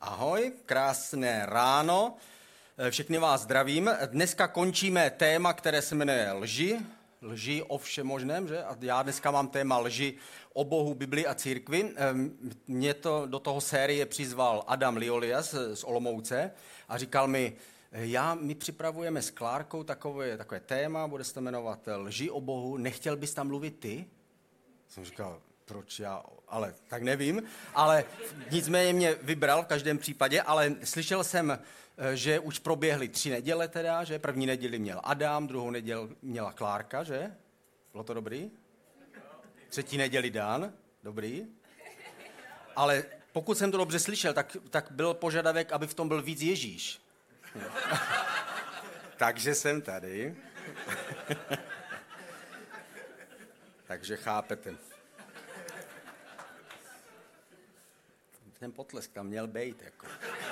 Ahoj, krásné ráno, všechny vás zdravím. Dneska končíme téma, které se jmenuje lži o všem možném, že? A já dneska mám téma lži o Bohu, Bibli a církvi. Mě to do toho série přizval Adam Liolias z Olomouce a říkal mi, my připravujeme s Klárkou takové téma, bude se to jmenovat lži o Bohu, nechtěl bys tam mluvit ty? Jsem říkal, proč já, ale tak nevím, ale nicméně mě vybral v každém případě, ale slyšel jsem, že už proběhly 3 neděle teda, že první neděli měl Adam, druhou neděli měla Klárka, že? Bylo to dobrý? 3. neděli Dan, dobrý. Ale pokud jsem to dobře slyšel, tak byl požadavek, aby v tom byl víc Ježíš. Takže jsem tady. Takže chápete. Ten potlesk tam měl bejt, jako.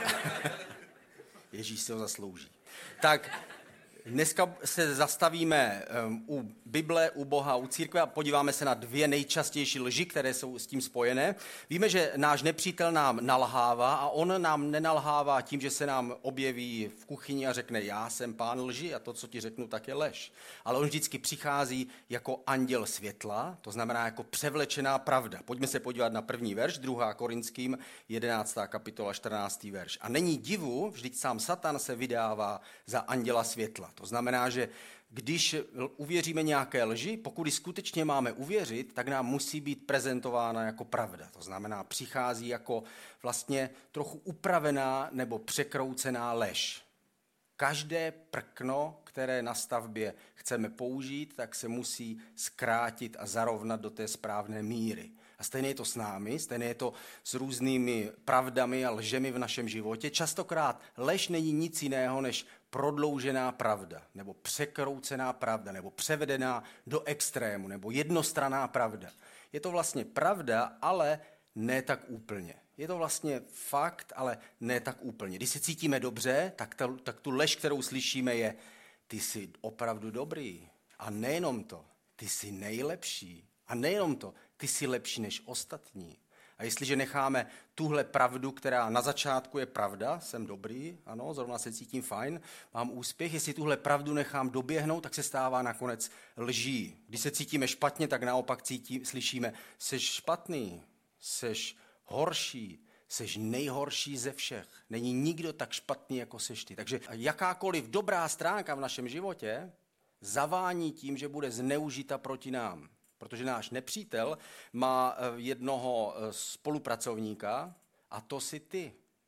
Ježíš si ho zaslouží. Tak dneska se zastavíme u Bible, u Boha, u církve a podíváme se na 2 nejčastější lži, které jsou s tím spojené. Víme, že náš nepřítel nám nalhává a on nám nenalhává tím, že se nám objeví v kuchyni a řekne, já jsem pán lži a to, co ti řeknu, tak je lež. Ale on vždycky přichází jako anděl světla, to znamená jako převlečená pravda. Pojďme se podívat na 1. verš, 2. Korinským, 11. kapitola, 14. verš. A není divu, vždyť sám Satan se vydává za anděla světla. To znamená, že když uvěříme nějaké lži, pokud ji skutečně máme uvěřit, tak nám musí být prezentována jako pravda. To znamená, přichází jako vlastně trochu upravená nebo překroucená lež. Každé prkno, které na stavbě chceme použít, tak se musí zkrátit a zarovnat do té správné míry. A stejně je to s námi, stejně je to s různými pravdami a lžemi v našem životě. Častokrát lež není nic jiného než prodloužená pravda, nebo překroucená pravda, nebo převedená do extrému, nebo jednostranná pravda. Je to vlastně pravda, ale ne tak úplně. Je to vlastně fakt, ale ne tak úplně. Když se cítíme dobře, tak tu lež, kterou slyšíme, je ty jsi opravdu dobrý. A nejenom to, ty jsi nejlepší. A nejenom to, ty jsi lepší než ostatní. A jestliže necháme tuhle pravdu, která na začátku je pravda, jsem dobrý, ano, zrovna se cítím fajn, mám úspěch, jestli tuhle pravdu nechám doběhnout, tak se stává nakonec lží. Když se cítíme špatně, tak naopak slyšíme, seš špatný, seš horší, seš nejhorší ze všech. Není nikdo tak špatný, jako seš ty. Takže jakákoliv dobrá stránka v našem životě zavání tím, že bude zneužita proti nám. Protože náš nepřítel má jednoho spolupracovníka a to jsi ty.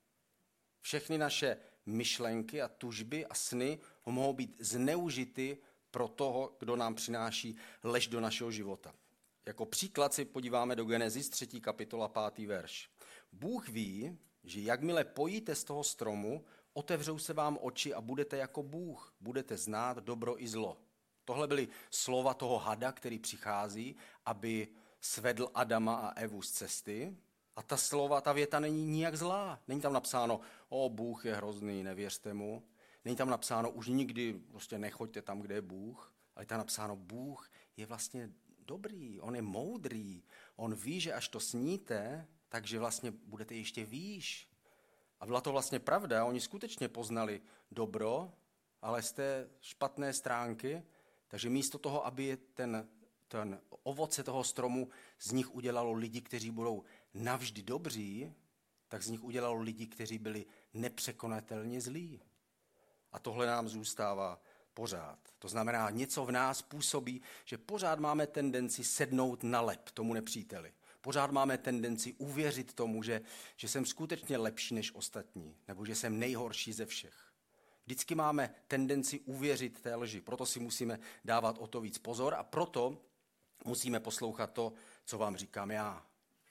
Všechny naše myšlenky a tužby a sny mohou být zneužity pro toho, kdo nám přináší lež do našeho života. Jako příklad si podíváme do Genesis 3. kapitola 5. verš. Bůh ví, že jakmile pojíte z toho stromu, otevřou se vám oči a budete jako Bůh. Budete znát dobro i zlo. Tohle byly slova toho hada, který přichází, aby svedl Adama a Evu z cesty. A ta věta není nijak zlá. Není tam napsáno, Bůh je hrozný, nevěřte mu. Není tam napsáno, už nikdy prostě nechoďte tam, kde je Bůh. Ale je tam napsáno, Bůh je vlastně dobrý, on je moudrý. On ví, že až to sníte, takže vlastně budete ještě výš. A byla to vlastně pravda, oni skutečně poznali dobro, ale z té špatné stránky. Takže místo toho, aby ten ovoce toho stromu z nich udělalo lidi, kteří budou navždy dobří, tak z nich udělalo lidi, kteří byli nepřekonatelně zlí. A tohle nám zůstává pořád. To znamená, něco v nás působí, že pořád máme tendenci sednout na lep tomu nepříteli. Pořád máme tendenci uvěřit tomu, že jsem skutečně lepší než ostatní, nebo že jsem nejhorší ze všech. Vždycky máme tendenci uvěřit té lži, proto si musíme dávat o to víc pozor a proto musíme poslouchat to, co vám říkám já.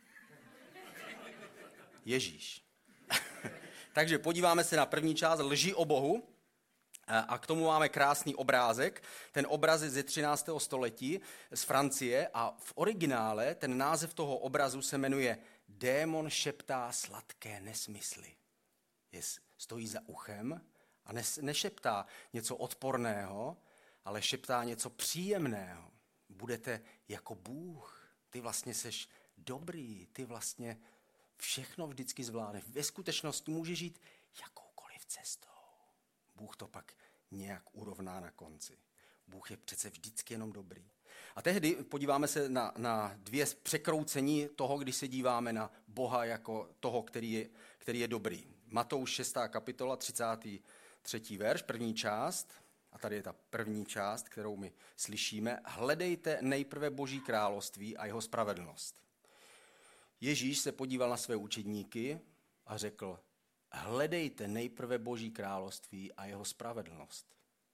Ježíš. Takže podíváme se na první část lži o Bohu a k tomu máme krásný obrázek. Ten obraz je ze 13. století z Francie a v originále ten název toho obrazu se jmenuje Démon šeptá sladké nesmysly. Stojí za uchem a nešeptá něco odporného, ale šeptá něco příjemného. Budete jako Bůh. Ty vlastně seš dobrý, ty vlastně všechno vždycky zvládneš. Ve skutečnosti můžeš žít jakoukoliv cestou. Bůh to pak nějak urovná na konci. Bůh je přece vždycky jenom dobrý. A tehdy podíváme se na dvě překroucení toho, když se díváme na Boha jako toho, který je dobrý. Matouš 6. kapitola, 33. verš, první část. A tady je ta první část, kterou my slyšíme. Hledejte nejprve Boží království a jeho spravedlnost. Ježíš se podíval na své učedníky a řekl, hledejte nejprve Boží království a jeho spravedlnost.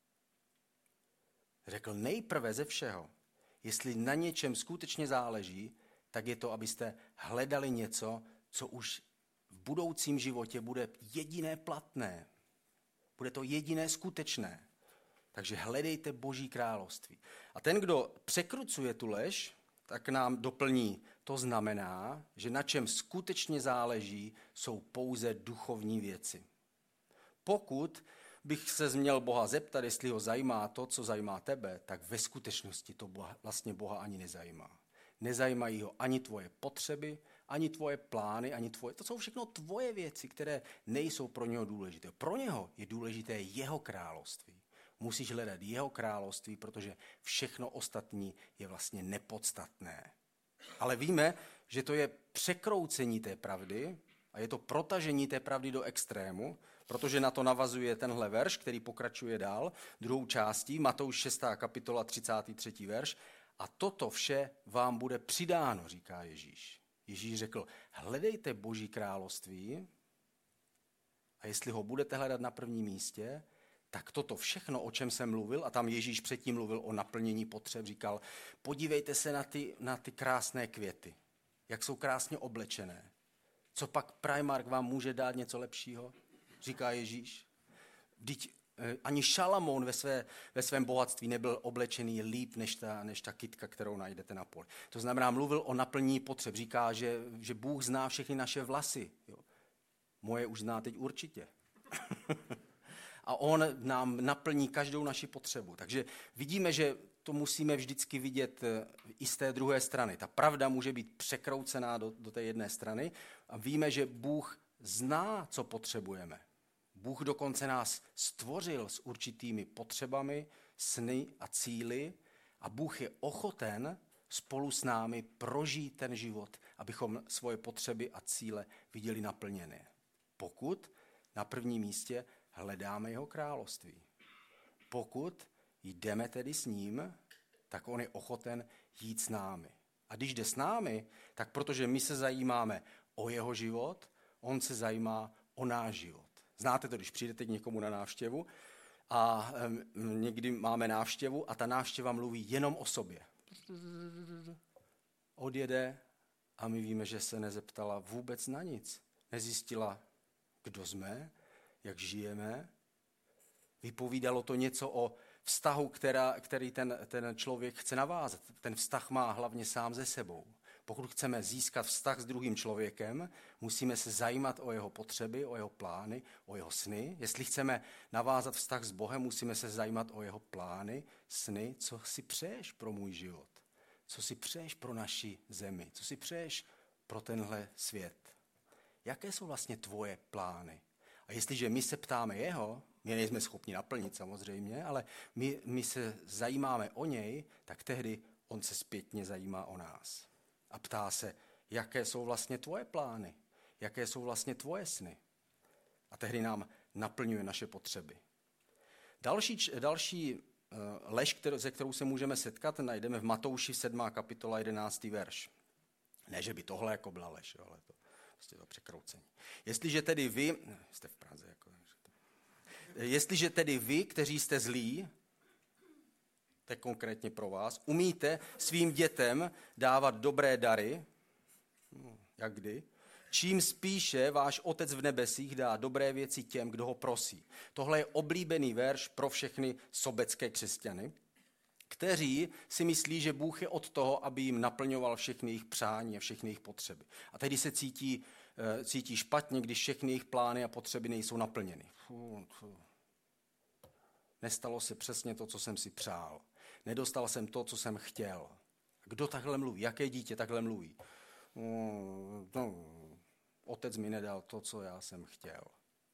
Řekl nejprve ze všeho. Jestli na něčem skutečně záleží, tak je to, abyste hledali něco, co už v budoucím životě bude jediné platné. Bude to jediné skutečné. Takže hledejte Boží království. A ten, kdo překrucuje tu lež, tak nám doplní. To znamená, že na čem skutečně záleží, jsou pouze duchovní věci. Pokud bych se měl Boha zeptat, jestli ho zajímá to, co zajímá tebe, tak ve skutečnosti to vlastně Boha ani nezajímá. Nezajímají ho ani tvoje potřeby, ani tvoje plány, ani tvoje... To jsou všechno tvoje věci, které nejsou pro něho důležité. Pro něho je důležité jeho království. Musíš hledat jeho království, protože všechno ostatní je vlastně nepodstatné. Ale víme, že to je překroucení té pravdy a je to protažení té pravdy do extrému, protože na to navazuje tenhle verš, který pokračuje dál, druhou částí, Matouš 6. kapitola 33. verš. A toto vše vám bude přidáno, říká Ježíš. Ježíš řekl, hledejte Boží království a jestli ho budete hledat na prvním místě, tak toto všechno, o čem jsem mluvil, a tam Ježíš předtím mluvil o naplnění potřeb, říkal, podívejte se na ty krásné květy, jak jsou krásně oblečené. Co pak Primark vám může dát něco lepšího, říká Ježíš. Vždyť ani Šalamoun ve svém bohatství nebyl oblečený líp než ta kytka, kterou najdete na poli. To znamená, mluvil o naplnění potřeb. Říká, že Bůh zná všechny naše vlasy. Jo. Moje už zná teď určitě. A on nám naplní každou naši potřebu. Takže vidíme, že to musíme vždycky vidět i z té druhé strany. Ta pravda může být překroucená do té jedné strany a víme, že Bůh zná, co potřebujeme. Bůh dokonce nás stvořil s určitými potřebami, sny a cíli a Bůh je ochoten spolu s námi prožít ten život, abychom svoje potřeby a cíle viděli naplněné. Pokud na prvním místě hledáme jeho království. Pokud jdeme tedy s ním, tak on je ochoten jít s námi. A když jde s námi, tak protože my se zajímáme o jeho život, on se zajímá o náš život. Znáte to, když přijdete k někomu na návštěvu a někdy máme návštěvu a ta návštěva mluví jenom o sobě. Odjede a my víme, že se nezeptala vůbec na nic. Nezjistila, kdo jsme, jak žijeme. Vypovídalo to něco o vztahu, který ten člověk chce navázat. Ten vztah má hlavně sám ze sebou. Pokud chceme získat vztah s druhým člověkem, musíme se zajímat o jeho potřeby, o jeho plány, o jeho sny. Jestli chceme navázat vztah s Bohem, musíme se zajímat o jeho plány, sny, co si přeješ pro můj život, co si přeješ pro naši zemi, co si přeješ pro tenhle svět. Jaké jsou vlastně tvoje plány? A jestliže my se ptáme jeho, my nejsme schopni naplnit samozřejmě, ale my se zajímáme o něj, tak tehdy on se zpětně zajímá o nás. A ptá se, jaké jsou vlastně tvoje plány, jaké jsou vlastně tvoje sny. A tehdy nám naplňuje naše potřeby. Další lež, se kterou se můžeme setkat, najdeme v Matouši 7. kapitola 11. verš. Ne, že by tohle jako byla lež, ale to prostě to překroucení. Jestliže tedy vy, jste v Praze, jestliže tedy vy, kteří jste zlí, tak konkrétně pro vás, umíte svým dětem dávat dobré dary, jak kdy, čím spíše váš Otec v nebesích dá dobré věci těm, kdo ho prosí. Tohle je oblíbený verš pro všechny sobecké křesťany, kteří si myslí, že Bůh je od toho, aby jim naplňoval všechny jejich přání a všechny jejich potřeby. A tehdy se cítí špatně, když všechny jejich plány a potřeby nejsou naplněny. Nestalo se přesně to, co jsem si přál. Nedostal jsem to, co jsem chtěl. Kdo takhle mluví? Jaké dítě takhle mluví? otec mi nedal to, co já jsem chtěl.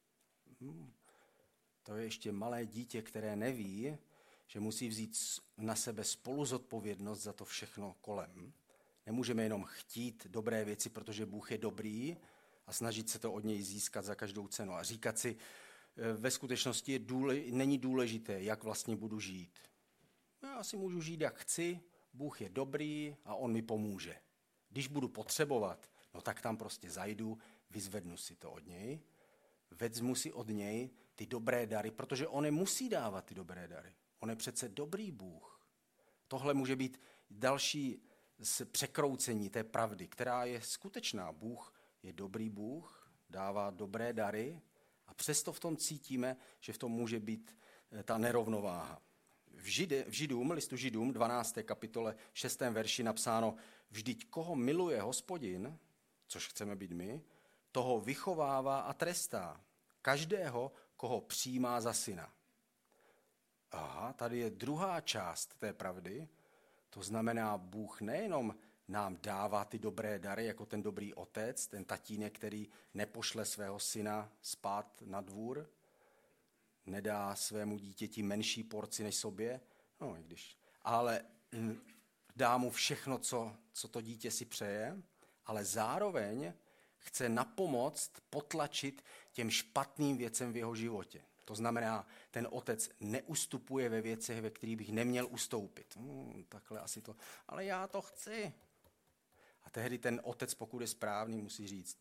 To je ještě malé dítě, které neví, že musí vzít na sebe spoluzodpovědnost za to všechno kolem. Nemůžeme jenom chtít dobré věci, protože Bůh je dobrý a snažit se to od něj získat za každou cenu. A říkat si, ve skutečnosti není důležité, jak vlastně budu žít. Já si můžu žít, jak chci, Bůh je dobrý a on mi pomůže. Když budu potřebovat, no tak tam prostě zajdu, vyzvednu si to od něj, vezmu si od něj ty dobré dary, protože on musí dávat ty dobré dary. On je přece dobrý Bůh. Tohle může být další překroucení té pravdy, která je skutečná. Bůh je dobrý Bůh, dává dobré dary a přesto v tom cítíme, že v tom může být ta nerovnováha. V Židům, listu Židům, 12. kapitole, 6. verši napsáno: vždyť koho miluje Hospodin, což chceme být my, toho vychovává a trestá. Každého, koho přijímá za syna. Aha, tady je druhá část té pravdy. To znamená, Bůh nejenom nám dává ty dobré dary, jako ten dobrý otec, ten tatínek, který nepošle svého syna spát na dvůr, nedá svému dítěti menší porci než sobě, no i když, ale dá mu všechno, co to dítě si přeje, ale zároveň chce napomoct, potlačit těm špatným věcem v jeho životě. To znamená, ten otec neustupuje ve věcech, ve kterých bych neměl ustoupit. Takhle asi to, ale já to chci. A tehdy ten otec, pokud je správný, musí říct: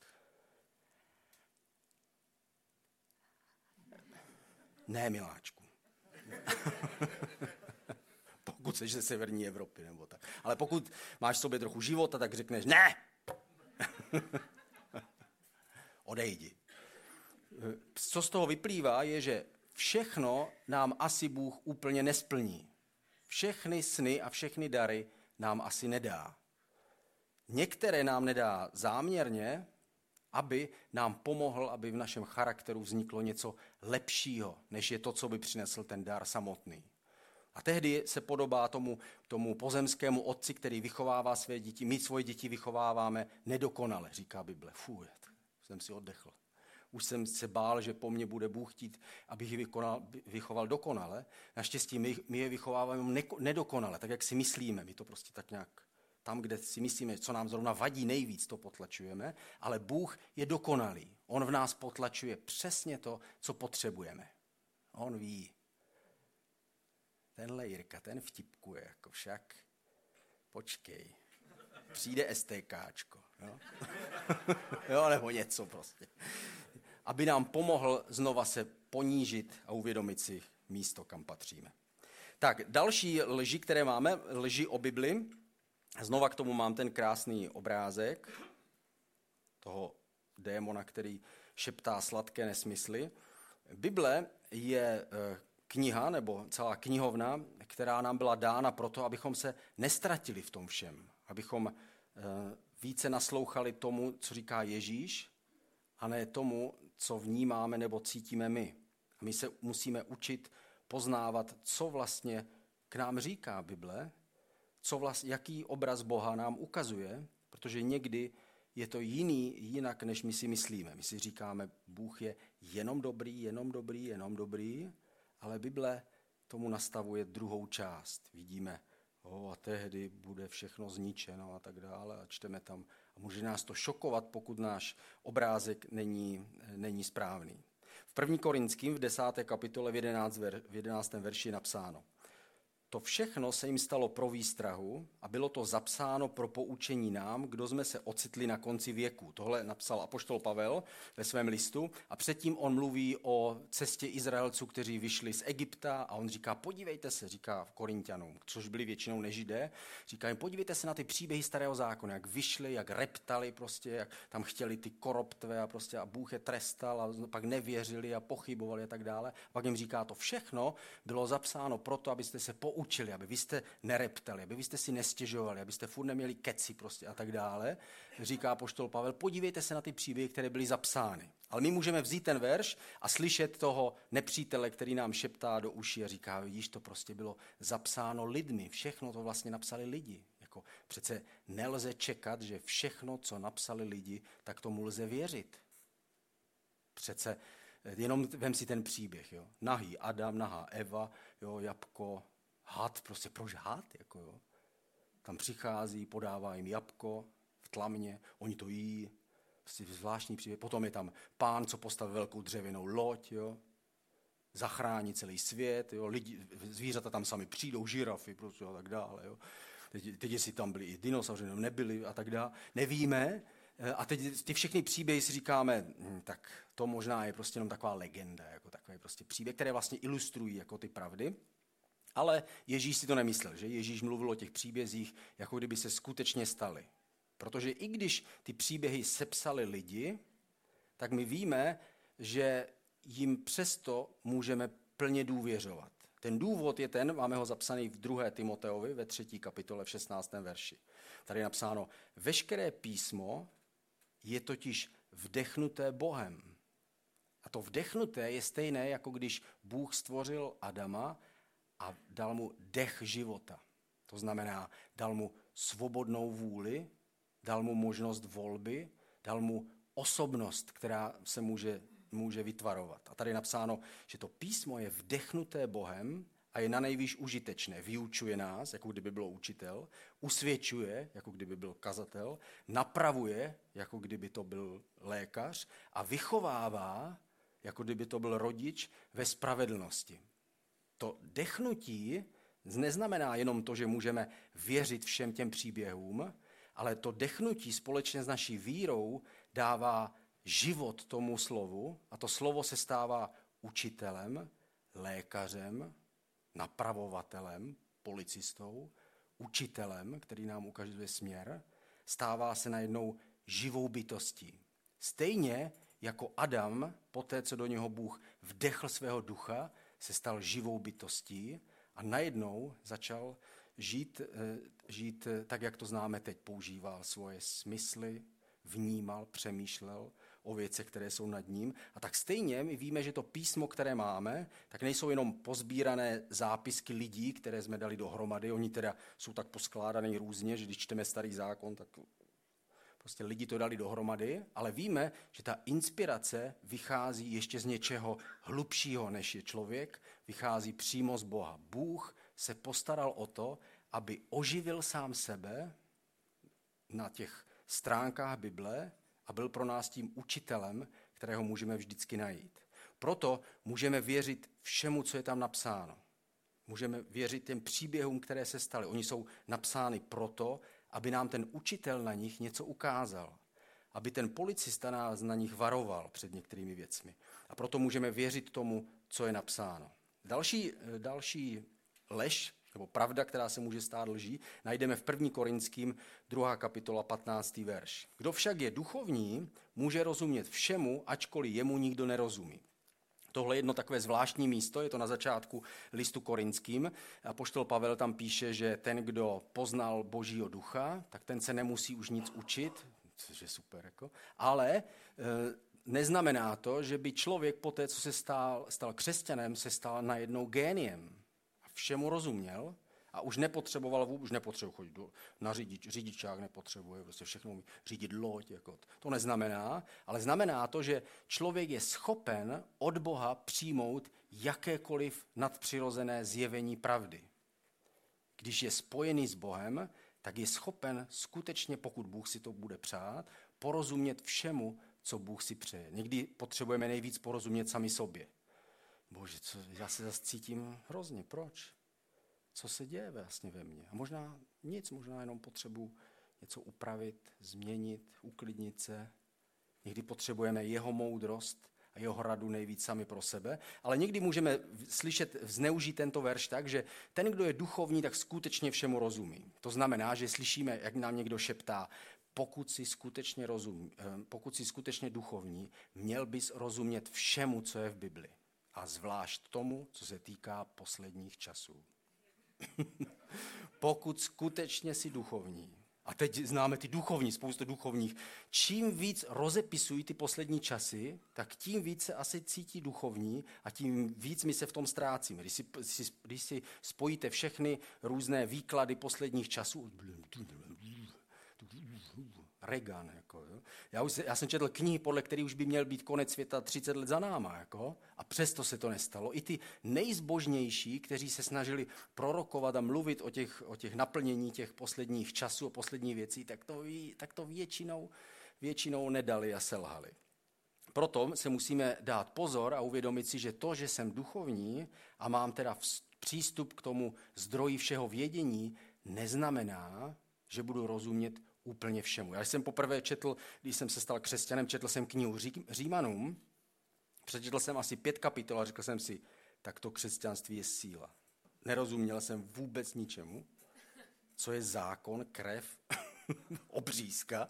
ne, miláčku. Pokud jsi ze severní Evropy, nebo tak. Ale pokud máš v sobě trochu života, tak řekneš ne! Odejdi. Co z toho vyplývá, je, že všechno nám asi Bůh úplně nesplní. Všechny sny a všechny dary nám asi nedá. Některé nám nedá záměrně, aby nám pomohl, aby v našem charakteru vzniklo něco lepšího, než je to, co by přinesl ten dar samotný. A tehdy se podobá tomu pozemskému otci, který vychovává své děti. My svoje děti vychováváme nedokonale, říká Bible. Fuj, jsem si oddechl. Už jsem se bál, že po mně bude Bůh chtít, abych ji vychoval dokonale. Naštěstí my je vychováváme nedokonale, tak jak si myslíme. My to prostě tak nějak tam, kde si myslíme, co nám zrovna vadí nejvíc, to potlačujeme. Ale Bůh je dokonalý. On v nás potlačuje přesně to, co potřebujeme. On ví. Tenhle Jirka, ten vtipkuje, jako však počkej. Přijde STKčko. Jo? Jo, nebo něco prostě. Aby nám pomohl znova se ponížit a uvědomit si místo, kam patříme. Tak, další lži, které máme, lži o Bibli. Znova k tomu mám ten krásný obrázek toho démona, který šeptá sladké nesmysly. Bible je kniha, nebo celá knihovna, která nám byla dána proto, abychom se nestratili v tom všem. Abychom více naslouchali tomu, co říká Ježíš, a ne tomu, co vnímáme nebo cítíme my. A my se musíme učit poznávat, co vlastně k nám říká Bible, jaký obraz Boha nám ukazuje, protože někdy je to jinak, než my si myslíme. My si říkáme, Bůh je jenom dobrý, ale Bible tomu nastavuje druhou část. Vidíme, a tehdy bude všechno zničeno a tak dále a čteme tam. A může nás to šokovat, pokud náš obrázek není správný. V 1. Korinským v 10. kapitole v 11. verši je napsáno: to všechno se jim stalo pro výstrahu a bylo to zapsáno pro poučení nám, kdo jsme se ocitli na konci věku. Tohle napsal apoštol Pavel ve svém listu a předtím on mluví o cestě Izraelců, kteří vyšli z Egypta a on říká, podívejte se, říká Korinťanům, což byli většinou nežidé, říká jim, podívejte se na ty příběhy starého zákona, jak vyšli, jak reptali prostě, jak tam chtěli ty koroptve a prostě a Bůh je trestal a pak nevěřili a pochybovali a tak dále. A pak jim říká, to všechno bylo zapsáno proto, abyste se poučili, aby vy jste nereptali, aby vy jste si nestěžovali, abyste furt neměli keci prostě a tak dále. Říká apoštol Pavel, podívejte se na ty příběhy, které byly zapsány. Ale my můžeme vzít ten verš a slyšet toho nepřítele, který nám šeptá do uší a říká, vidíš, to prostě bylo zapsáno lidmi, všechno to vlastně napsali lidi. Jako přece nelze čekat, že všechno, co napsali lidi, tak tomu lze věřit. Přece jenom vem si ten příběh. Jo. Nahý Adam, nahá Eva, jo, jabko, had, prostě proč had? Jako, jo. Tam přichází, podává jim jabko v tlamě, oni to jí, prostě zvláštní příběh. Potom je tam pán, co postavil velkou dřevěnou loď, jo. Zachrání celý svět, jo. Lidi, zvířata tam sami přijdou, žirafy prostě a tak dále. Jo. Teď jestli tam byli i dinosauři, nebyli a tak dále. Nevíme. A teď ty všechny příběhy si říkáme, tak to možná je prostě jenom taková legenda, jako takový prostě příběh, které vlastně ilustrují jako ty pravdy. Ale Ježíš si to nemyslel, že Ježíš mluvil o těch příbězích, jako kdyby se skutečně staly. Protože i když ty příběhy sepsali lidi, tak my víme, že jim přesto můžeme plně důvěřovat. Ten důvod je ten, máme ho zapsaný v 2. Timoteovi ve 3. kapitole v 16. verši. Tady je napsáno, veškeré písmo je totiž vdechnuté Bohem. A to vdechnuté je stejné, jako když Bůh stvořil Adama a dal mu dech života. To znamená, dal mu svobodnou vůli, dal mu možnost volby, dal mu osobnost, která se může vytvarovat. A tady je napsáno, že to písmo je vdechnuté Bohem a je nanejvýš užitečné. Vyučuje nás, jako kdyby byl učitel, usvědčuje, jako kdyby byl kazatel, napravuje, jako kdyby to byl lékař a vychovává, jako kdyby to byl rodič ve spravedlnosti. To dechnutí neznamená jenom to, že můžeme věřit všem těm příběhům, ale to dechnutí společně s naší vírou dává život tomu slovu a to slovo se stává učitelem, lékařem, napravovatelem, policistou, učitelem, který nám ukazuje směr, stává se najednou živou bytostí. Stejně jako Adam, poté, co do něho Bůh vdechl svého ducha, se stal živou bytostí a najednou začal žít tak, jak to známe teď. Používal svoje smysly, vnímal, přemýšlel o věcech, které jsou nad ním. A tak stejně my víme, že to písmo, které máme, tak nejsou jenom pozbírané zápisky lidí, které jsme dali dohromady. Oni teda jsou tak poskládaný různě, že když čteme Starý zákon, tak prostě lidi to dali dohromady, ale víme, že ta inspirace vychází ještě z něčeho hlubšího, než je člověk, vychází přímo z Boha. Bůh se postaral o to, aby oživil sám sebe na těch stránkách Bible a byl pro nás tím učitelem, kterého můžeme vždycky najít. Proto můžeme věřit všemu, co je tam napsáno. Můžeme věřit těm příběhům, které se staly. Oni jsou napsány proto, aby nám ten učitel na nich něco ukázal. Aby ten policista nás na nich varoval před některými věcmi. A proto můžeme věřit tomu, co je napsáno. Další lež, nebo pravda, která se může stát lží, najdeme v 1. Korinským 2. kapitola 15. verš. Kdo však je duchovní, může rozumět všemu, ačkoliv jemu nikdo nerozumí. Tohle je jedno takové zvláštní místo, je to na začátku listu Korinským. Apoštol Pavel tam píše, že ten, kdo poznal Božího ducha, tak ten se nemusí už nic učit, což je super, jako. Ale neznamená to, že by člověk po té, co se stal křesťanem, se stal najednou géniem. A všemu rozuměl a už nepotřeboval chodit na řidičák, nepotřebuje prostě všechno umí řídit loď. Jako. To neznamená, ale znamená to, že člověk je schopen od Boha přijmout jakékoliv nadpřirozené zjevení pravdy. Když je spojený s Bohem, tak je schopen skutečně, pokud Bůh si to bude přát, porozumět všemu, co Bůh si přeje. Někdy potřebujeme nejvíc porozumět sami sobě. Bože, já se zase cítím hrozně, proč? Co se děje vlastně ve mně? A možná nic, možná jenom potřebuji něco upravit, změnit, uklidnit se. Někdy potřebujeme jeho moudrost a jeho radu nejvíc sami pro sebe, ale někdy můžeme zneužít tento verš tak, že ten, kdo je duchovní, tak skutečně všemu rozumí. To znamená, že slyšíme, jak nám někdo šeptá, pokud jsi skutečně duchovní, měl bys rozumět všemu, co je v Bibli. A zvlášť tomu, co se týká posledních časů. Pokud skutečně jsi duchovní A teď známe ty duchovní, spoustu duchovních. Čím víc rozepisují ty poslední časy, tak tím víc se asi cítí duchovní a tím víc my se v tom ztrácíme. Když si spojíte všechny různé výklady posledních časů, Reagan, jako, jo. Já jsem četl knihy, podle kterých už by měl být konec světa 30 let za náma, jako, a přesto se to nestalo. I ty nejzbožnější, kteří se snažili prorokovat a mluvit o těch naplnění těch posledních časů a posledních věcí, tak to většinou nedali a selhali. Proto se musíme dát pozor a uvědomit si, že to, že jsem duchovní a mám teda přístup k tomu zdroji všeho vědění, neznamená, že budu rozumět úplně všemu. Já jsem poprvé četl, když jsem se stal křesťanem, četl jsem knihu Římanům, přečetl jsem asi 5 kapitol a řekl jsem si, tak to křesťanství je síla. Nerozuměl jsem vůbec ničemu, co je zákon, krev, obřízka.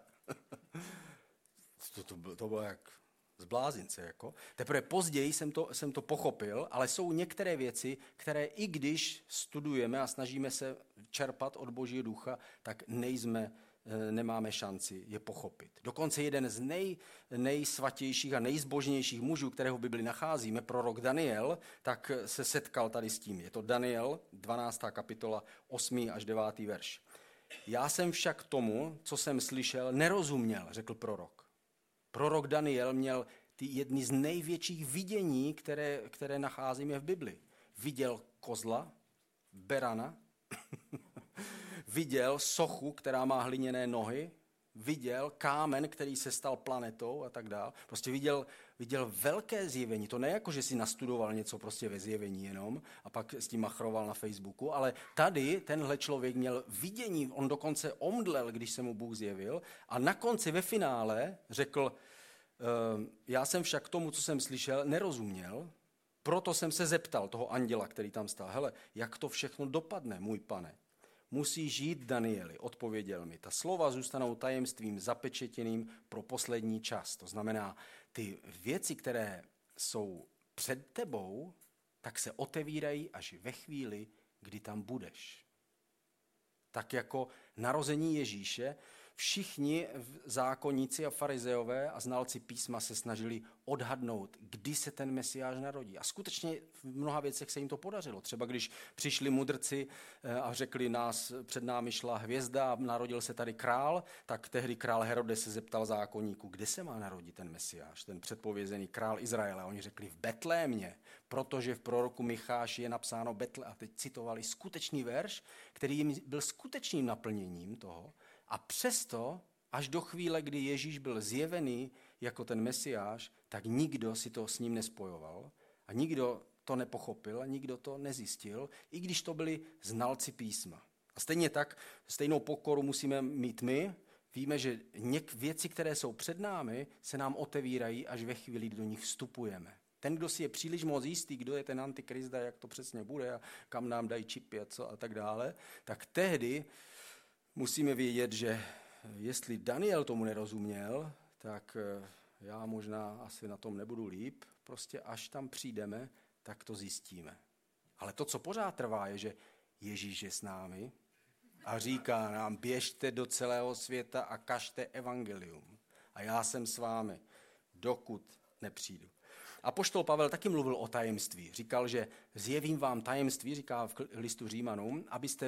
To bylo jak z blázince. Jako. Teprve později jsem to pochopil, ale jsou některé věci, které i když studujeme a snažíme se čerpat od Božího ducha, tak nemáme šanci je pochopit. Dokonce jeden z nejsvatějších a nejzbožnějších mužů, kterého v Bibli nacházíme, prorok Daniel, tak se setkal tady s tím. Je to Daniel, 12. kapitola, 8. až 9. verš. Já jsem však tomu, co jsem slyšel, nerozuměl, řekl prorok. Prorok Daniel měl ty jedny z největších vidění, které nacházíme v Bibli. Viděl kozla, berana, viděl sochu, která má hliněné nohy, viděl kámen, který se stal planetou a tak dále. Prostě viděl velké zjevení. To ne jako, že si nastudoval něco prostě ve zjevení jenom a pak s tím machroval na Facebooku, ale tady tenhle člověk měl vidění, on dokonce omdlel, když se mu Bůh zjevil a na konci ve finále řekl, já jsem však tomu, co jsem slyšel, nerozuměl, proto jsem se zeptal toho anděla, který tam stál, hele, jak to všechno dopadne, můj pane? Musí žít, Danieli, odpověděl mi. Ta slova zůstanou tajemstvím zapečetěným pro poslední čas. To znamená, ty věci, které jsou před tebou, tak se otevírají až ve chvíli, kdy tam budeš. Tak jako narození Ježíše, všichni zákonníci a farizeové a znalci písma se snažili odhadnout, kdy se ten Mesiáš narodí. A skutečně v mnoha věcech se jim to podařilo. Třeba když přišli mudrci a řekli, před námi šla hvězda a narodil se tady král, tak tehdy král Herodes se zeptal zákonníku, kde se má narodit ten Mesiáš, ten předpovězený král Izraele. A oni řekli v Betlémě, protože v proroku Micháši je napsáno Betlém. A teď citovali skutečný verš, který jim byl skutečným naplněním toho. A přesto, až do chvíle, kdy Ježíš byl zjevený jako ten Mesiáš, tak nikdo si to s ním nespojoval a nikdo to nepochopil a nikdo to nezjistil, i když to byli znalci písma. A stejně tak, stejnou pokoru musíme mít my. Víme, že věci, které jsou před námi, se nám otevírají až ve chvíli, kdy do nich vstupujeme. Ten, kdo si je příliš moc jistý, kdo je ten antikrist a jak to přesně bude a kam nám dají čipy a co a tak dále, tak tehdy musíme vědět, že jestli Daniel tomu nerozuměl, tak já možná asi na tom nebudu líp, prostě až tam přijdeme, tak to zjistíme. Ale to, co pořád trvá, je, že Ježíš je s námi a říká nám, běžte do celého světa a kažte evangelium. A já jsem s vámi, dokud nepřijdu. Apoštol Pavel taky mluvil o tajemství. Říkal, že zjevím vám tajemství, říká v listu Římanům,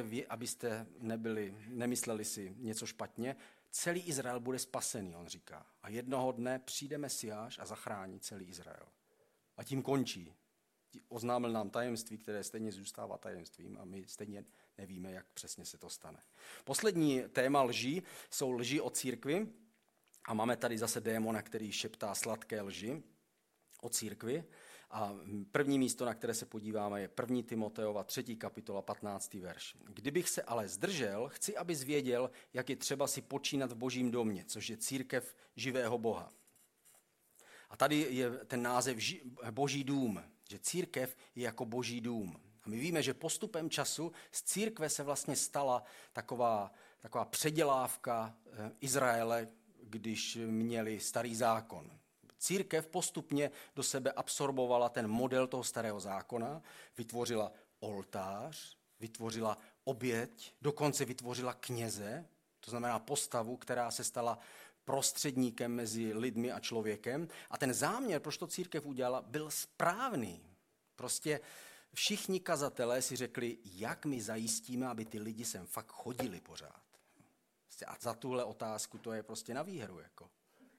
abyste nemysleli si něco špatně. Celý Izrael bude spasený, on říká. A jednoho dne přijde Mesiáš a zachrání celý Izrael. A tím končí. Oznámil nám tajemství, které stejně zůstává tajemstvím a my stejně nevíme, jak přesně se to stane. Poslední téma lží jsou lži o církvi. A máme tady zase démona, který šeptá sladké lži o církvi. A první místo, na které se podíváme, je 1. Timoteova 3. kapitola 15. verš. Kdybych se ale zdržel, chci, abys věděl, jak je třeba si počínat v Božím domě, což je církev živého Boha. A tady je ten název Boží dům, že církev je jako Boží dům. A my víme, že postupem času z církve se vlastně stala taková předělávka Izraele, když měli starý zákon. Církev postupně do sebe absorbovala ten model toho starého zákona, vytvořila oltář, vytvořila oběť, dokonce vytvořila kněze, To znamená postavu, která se stala prostředníkem mezi lidmi a člověkem. A ten záměr, proč to církev udělala, byl správný. Prostě všichni kazatelé si řekli, jak my zajistíme, aby ty lidi sem fakt chodili pořád. A za tuhle otázku to je prostě na výhru. Jako.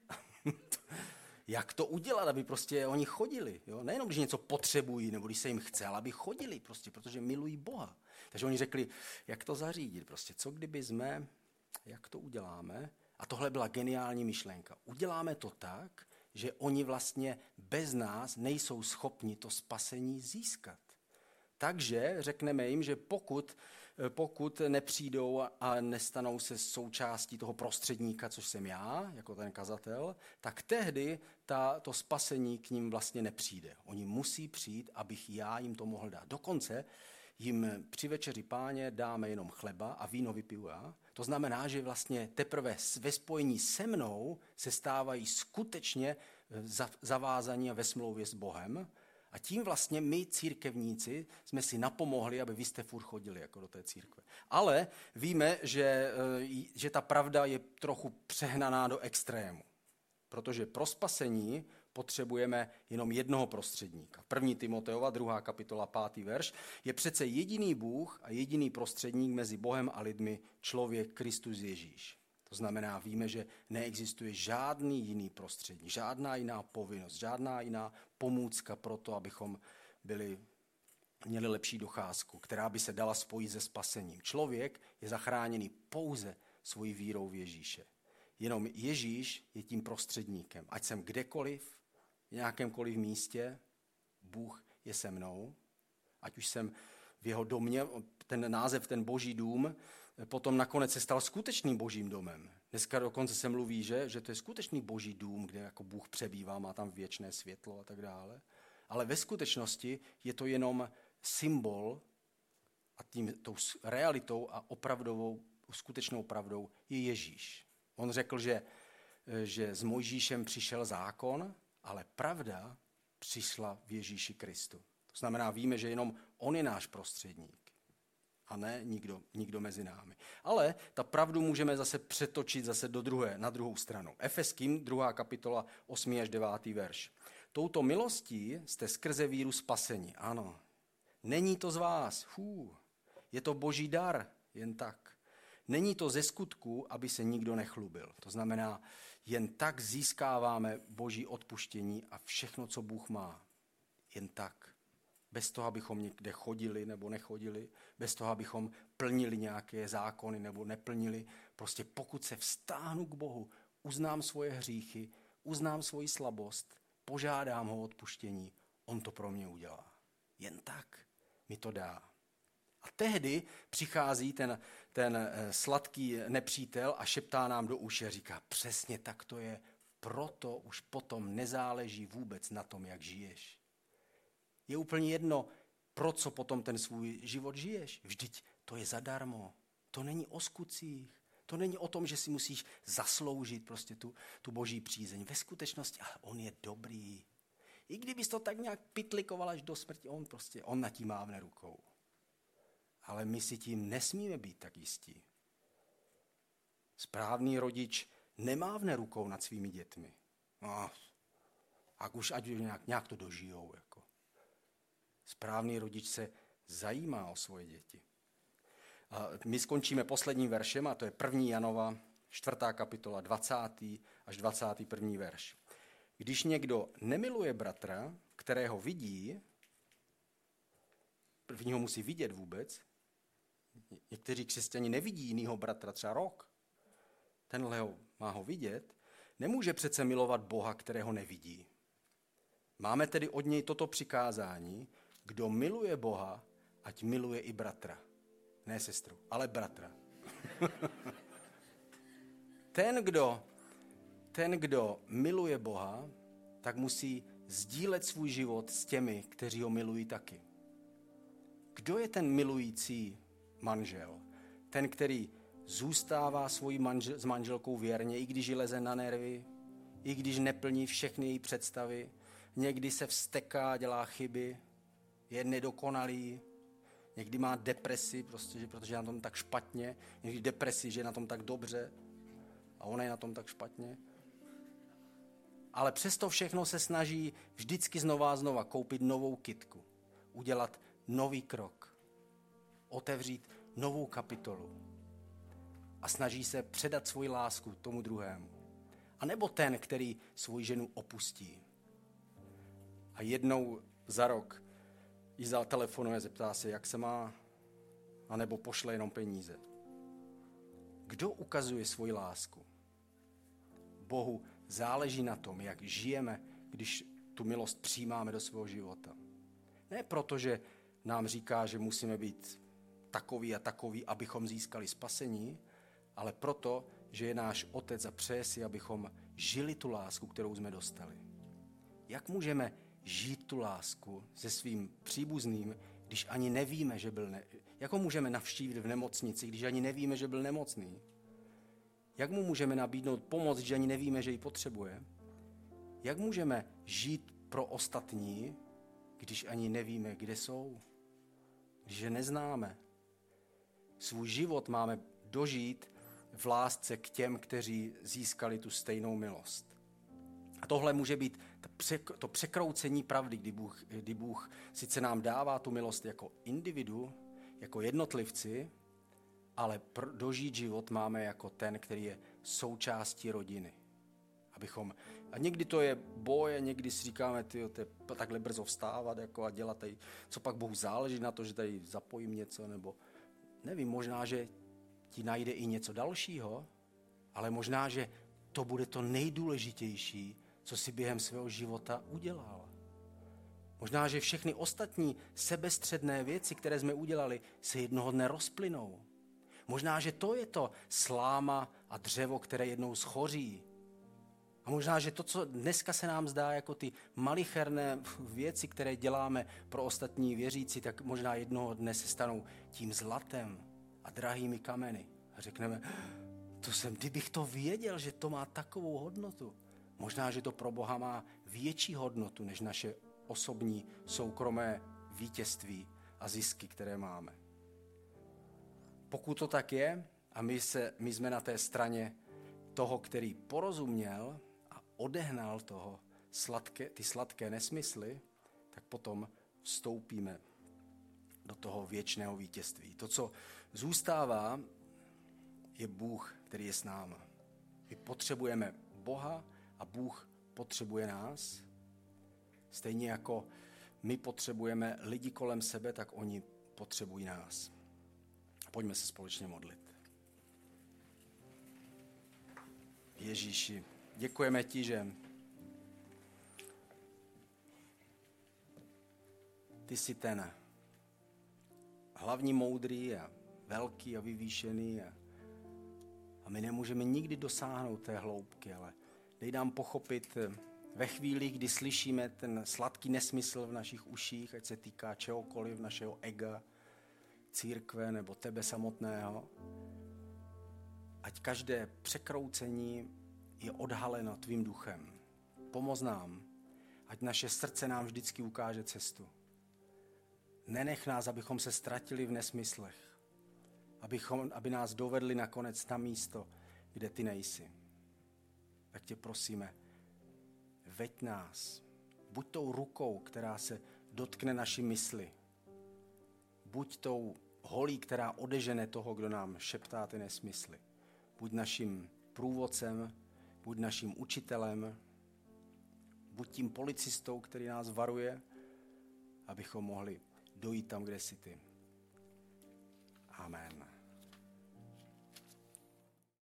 Jak to udělat, aby prostě oni chodili. Jo? Nejenom, když něco potřebují, nebo když se jim chce, ale aby chodili prostě, protože milují Boha. Takže oni řekli, jak to zařídit, prostě, co kdyby jsme, jak to uděláme. A tohle byla geniální myšlenka. Uděláme to tak, že oni vlastně bez nás nejsou schopni to spasení získat. Takže řekneme jim, že pokud nepřijdou a nestanou se součástí toho prostředníka, což jsem já, jako ten kazatel, tak tehdy to spasení k ním vlastně nepřijde. Oni musí přijít, abych já jim to mohl dát. Dokonce jim při večeři Páně dáme jenom chleba a víno vypiju já. To znamená, že vlastně teprve ve spojení se mnou se stávají skutečně zavázaní a ve smlouvě s Bohem. A tím vlastně my, církevníci, jsme si napomohli, aby vy jste furt chodili jako do té církve. Ale víme, že ta pravda je trochu přehnaná do extrému. Protože pro spasení potřebujeme jenom jednoho prostředníka. 1. Timoteova, 2. kapitola, 5. verš, je přece jediný Bůh a jediný prostředník mezi Bohem a lidmi, člověk Kristus Ježíš. To znamená, víme, že neexistuje žádný jiný prostředník, žádná jiná povinnost, žádná jiná pomůcka pro to, abychom měli lepší docházku, která by se dala spojit se spasením. Člověk je zachráněný pouze svojí vírou v Ježíše. Jenom Ježíš je tím prostředníkem. Ať jsem kdekoliv, v nějakémkoliv místě, Bůh je se mnou. Ať už jsem v jeho domě, ten název, ten Boží dům, potom nakonec se stal skutečným Božím domem. Dneska dokonce se mluví, že to je skutečný Boží dům, kde jako Bůh přebývá, má tam věčné světlo a tak dále. Ale ve skutečnosti je to jenom symbol a tou realitou a opravdovou, skutečnou pravdou je Ježíš. On řekl, že s Mojžíšem přišel zákon, ale pravda přišla v Ježíši Kristu. To znamená, víme, že jenom on je náš prostředník a ne nikdo mezi námi. Ale ta pravdu můžeme zase přetočit zase na druhou stranu. Efeským, 2. kapitola, 8. až 9. verš. Touto milostí jste skrze víru spaseni. Ano. Není to z vás. Je to Boží dar, jen tak. Není to ze skutku, aby se nikdo nechlubil. To znamená, jen tak získáváme Boží odpuštění a všechno, co Bůh má. Jen tak. Bez toho, abychom někde chodili nebo nechodili, bez toho, abychom plnili nějaké zákony nebo neplnili. Prostě pokud se vztáhnu k Bohu, uznám svoje hříchy, uznám svoji slabost, požádám ho o odpuštění, on to pro mě udělá. Jen tak mi to dá. A tehdy přichází ten sladký nepřítel a šeptá nám do uše, říká, přesně tak to je, proto už potom nezáleží vůbec na tom, jak žiješ. Je úplně jedno, pro co potom ten svůj život žiješ. Vždyť to je zadarmo. To není o skutcích. To není o tom, že si musíš zasloužit prostě tu Boží přízeň. Ve skutečnosti, ale on je dobrý. I kdybys to tak nějak pitlikoval až do smrti, on nad tím mávne rukou. Ale my si tím nesmíme být tak jistí. Správný rodič nemávne rukou nad svými dětmi. Ať nějak to dožijou. Jako. Správný rodič se zajímá o svoje děti. A my skončíme posledním veršem, a to je 1. Janova, 4. kapitola, 20. až 21. verš. Když někdo nemiluje bratra, kterého vidí, prvního musí vidět vůbec, někteří křesťani nevidí jinýho bratra třeba rok, tenhle má ho vidět, nemůže přece milovat Boha, kterého nevidí. Máme tedy od něj toto přikázání, kdo miluje Boha, ať miluje i bratra. Ne sestru, ale bratra. Ten, kdo miluje Boha, tak musí sdílet svůj život s těmi, kteří ho milují taky. Kdo je ten milující manžel? Ten, který zůstává s manželkou věrně, i když ji leze na nervy, i když neplní všechny její představy, někdy se vzteká, dělá chyby, je nedokonalý, někdy má depresi, protože je na tom tak špatně, někdy depresi, že je na tom tak dobře a ona je na tom tak špatně. Ale přesto všechno se snaží vždycky znova koupit novou kytku, udělat nový krok, otevřít novou kapitolu a snaží se předat svoji lásku tomu druhému. A nebo ten, který svoji ženu opustí. A jednou za rok jí zatelefonuje, zeptá se, jak se má, anebo pošle jenom peníze. Kdo ukazuje svoji lásku? Bohu záleží na tom, jak žijeme, když tu milost přijímáme do svého života. Ne proto, že nám říká, že musíme být takový a takový, abychom získali spasení, ale proto, že je náš Otec a přeje si, abychom žili tu lásku, kterou jsme dostali. Jak můžeme žít tu lásku se svým příbuzným, když ani nevíme, že byl Jak ho můžeme navštívit v nemocnici, když ani nevíme, že byl nemocný? Jak mu můžeme nabídnout pomoc, když ani nevíme, že ji potřebuje? Jak můžeme žít pro ostatní, když ani nevíme, kde jsou? Když je neznáme? Svůj život máme dožít v lásce k těm, kteří získali tu stejnou milost. A tohle může být to překroucení pravdy, kdy Bůh sice nám dává tu milost jako individu, jako jednotlivci, ale dožít život máme jako ten, který je součástí rodiny. A někdy to je boj, někdy si říkáme, to je takhle brzo vstávat a dělat tady, co pak Bohu záleží na to, že tady zapojím něco, nebo nevím, možná, že ti najde i něco dalšího, ale možná, že to bude to nejdůležitější, co si během svého života udělal. Možná, že všechny ostatní sebestředné věci, které jsme udělali, se jednoho dne rozplynou. Možná, že to je to sláma a dřevo, které jednou schoří. A možná, že to, co dneska se nám zdá jako ty malicherné věci, které děláme pro ostatní věřící, tak možná jednoho dne se stanou tím zlatem a drahými kameny. A řekneme, kdybych to věděl, že to má takovou hodnotu. Možná, že to pro Boha má větší hodnotu, než naše osobní, soukromé vítězství a zisky, které máme. Pokud to tak je a my jsme na té straně toho, který porozuměl a odehnal ty sladké nesmysly, tak potom vstoupíme do toho věčného vítězství. To, co zůstává, je Bůh, který je s náma. My potřebujeme Boha a Bůh potřebuje nás. Stejně jako my potřebujeme lidi kolem sebe, tak oni potřebují nás. Pojďme se společně modlit. Ježíši, děkujeme ti, že ty jsi ten hlavní moudrý a velký a vyvýšený a my nemůžeme nikdy dosáhnout té hloubky, ale dej nám pochopit ve chvíli, kdy slyšíme ten sladký nesmysl v našich uších, ať se týká čehokoliv, našeho ega, církve nebo tebe samotného, ať každé překroucení je odhaleno tvým duchem. Pomoz nám, ať naše srdce nám vždycky ukáže cestu. Nenech nás, abychom se ztratili v nesmyslech, aby nás dovedli nakonec na místo, kde ty nejsi. Tak tě prosíme, veď nás. Buď tou rukou, která se dotkne naší mysli. Buď tou holí, která odežene toho, kdo nám šeptá ty nesmysly. Buď naším průvodcem, buď naším učitelem, buď tím policistou, který nás varuje, abychom mohli dojít tam, kde jsi ty. Amen.